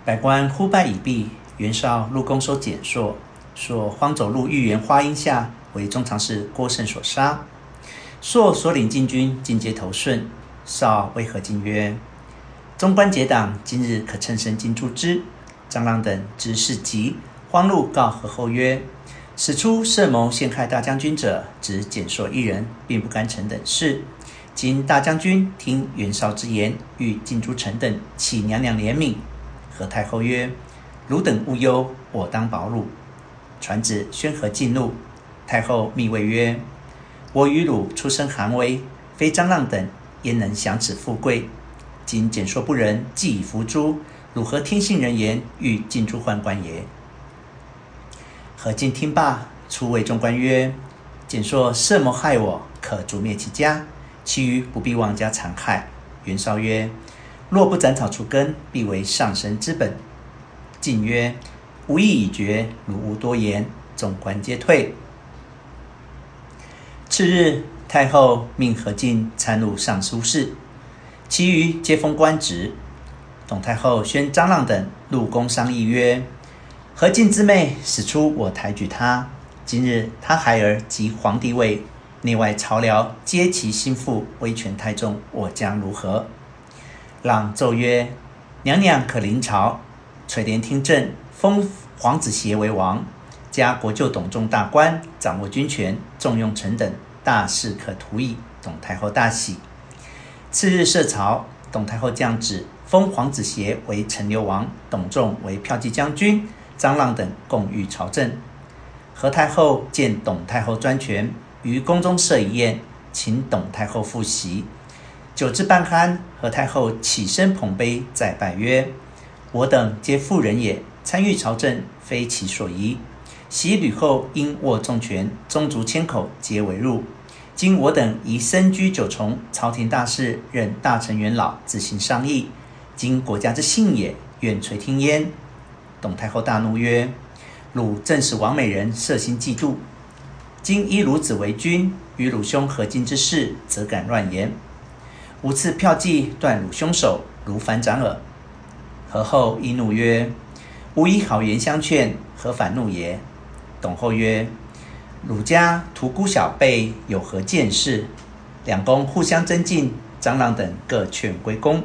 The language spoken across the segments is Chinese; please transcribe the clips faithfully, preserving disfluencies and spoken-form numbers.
百官呼拜已毕，袁绍入宫收蹇硕，硕慌走入御园花荫下，为中常侍郭盛所杀。硕所领禁军尽皆投顺。绍谓何进曰：中官结党，今日可趁胜进诛之。张让等知事急，慌入告何后曰：使出设谋陷害大将军者，只蹇硕一人，并不干臣等事。今大将军听袁绍之言，欲尽诛臣等，启娘娘怜悯。何太后曰：汝等勿忧，我当保汝。传旨宣和进入。太后密谓曰：我与汝出身寒微，非张让等焉能享此富贵？今蹇硕不仁，既已伏诛，汝何听信人言，欲尽诛宦官也？何进听罢，出谓中官曰：蹇硕设谋害我，可诛灭其家，其余不必妄加残害。袁绍曰：若不斩草除根，必为上身之本。进曰：吾意已决，汝勿多言。众官皆退。次日，太后命何进参入尚书事，其余皆封官职。董太后宣张让等入宫商议曰：何进之妹使出我抬举他，今日他孩儿及皇帝位，内外朝僚皆其心腹，威权太重，我将如何？让奏曰：娘娘可临朝，垂帘听政，封皇子协为王，加国舅董仲大官，掌握军权，重用臣等，大事可图矣。董太后大喜。次日设朝，董太后降旨，封皇子协为陈留王，董仲为骠骑将军，张让等共御朝政。何太后见董太后专权，于宫中设一宴，请董太后复席。酒至半酣，何太后起身捧杯，再拜曰：我等皆妇人也，参与朝政，非其所宜。昔吕后因握重权，宗族千口皆为入。今我等宜身居九重，朝廷大事任大臣元老自行商议。今国家之幸也，愿垂听焉。董太后大怒曰：汝正使王美人设心嫉妒，今依汝子为君，与汝兄何进之事，则敢乱言。吾赐骠骑断汝兄手，如反掌耳。何后一怒曰：吾以好言相劝，何反怒也？董后曰：汝家屠孤小辈，有何见识？两宫互相争竞，张让等各劝归宫。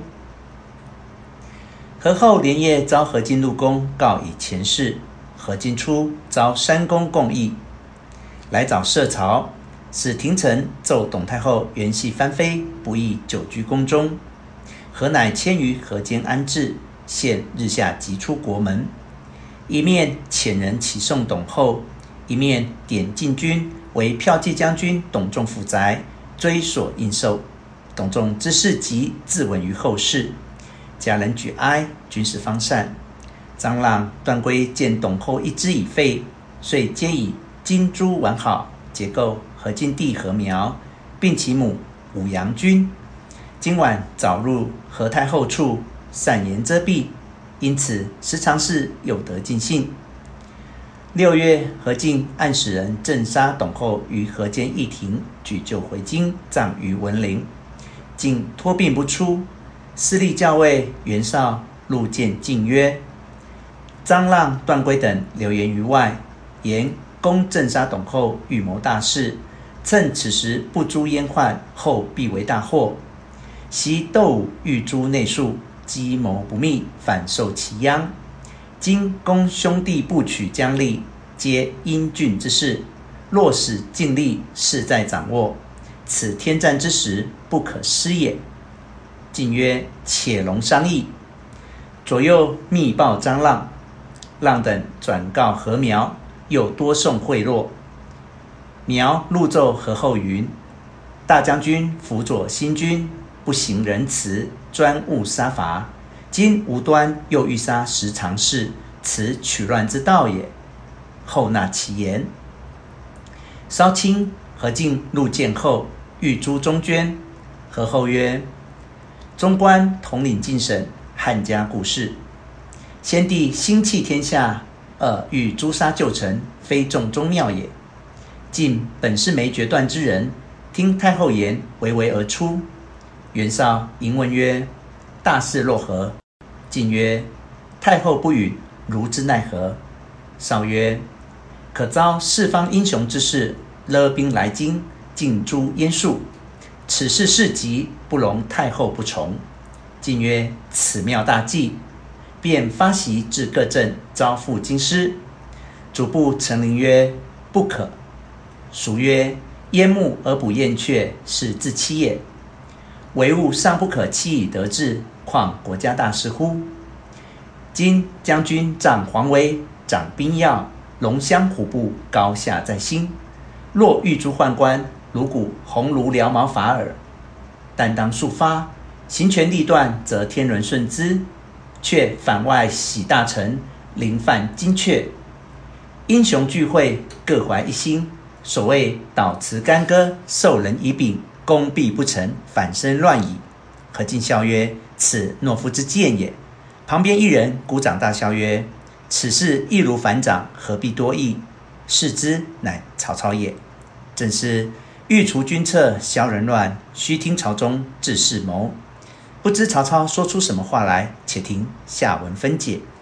何后连夜召何进入宫，告以前事。何进出，召三公共议。来早设朝，使廷臣奏董太后原系藩妃，不宜久居宫中。何乃迁于河间安置，现日下即出国门。一面遣人启送董后，一面点禁军为骠骑将军董仲府宅，追索应受。董仲之事急，自刎于后室。家人举哀，军事方散。张让、段珪见董后一枝已废，遂皆以金珠完好，结构何进弟何苗，并其母武阳君。今晚早入何太后处，善言遮蔽，因此时常是有得尽兴。六月，何进暗使人镇杀董后于河间驿庭，举柩回京，葬于文陵。进托病不出，司隶校尉袁绍入见进曰：张让、段珪等流言于外，言公镇杀董后，预谋大事，趁此时不诛阉宦，后必为大祸。昔窦武欲诛内庶，计谋不密，反受其殃。今公兄弟不取疆吏，皆英俊之事，若使尽力，势在掌握，此天战之时，不可失也。进曰：且容商议。左右密报张让，让等转告何苗，又多送贿赂。苗入奏何后云：大将军辅佐新君，不行仁慈，专务杀伐，今无端又欲杀十常侍，此取乱之道也。后纳其言。稍卿何进入见后，欲诛中捐。何后曰：中官统领禁省，汉家故事，先帝兴弃天下，而欲诛杀旧臣，非重中妙也。晋本是没决断之人，听太后言，唯唯而出。袁绍迎问曰：大事若何？晋曰： 太后不允，如之奈何？”少曰：“可遭四方英雄之士勒兵来京，尽诛燕数，此事事急，不容太后不从。”晋曰：“此妙大计。”便发檄至各镇，招赴京师。主簿陈琳曰：“不可。”孰曰：“燕牧而捕燕雀，是自欺也。唯物尚不可欺以得志，况国家大事乎？今将军仗皇威，掌兵要，龙骧虎步，高下在心。若欲诛宦官，如鼓鸿胪燎毛法耳。但当速发，行权力断，则天伦顺之。却反外喜大成，临犯金阙。英雄聚会，各怀一心。所谓导词干戈，授人以柄，攻必不成，反生乱矣。”何进笑曰：“此懦夫之见也。”旁边一人鼓掌大笑曰：“此事易如反掌，何必多议？视之，乃曹操也。正是欲除君侧，消人乱，须听朝中治事谋。”不知曹操说出什么话来，且听下文分解。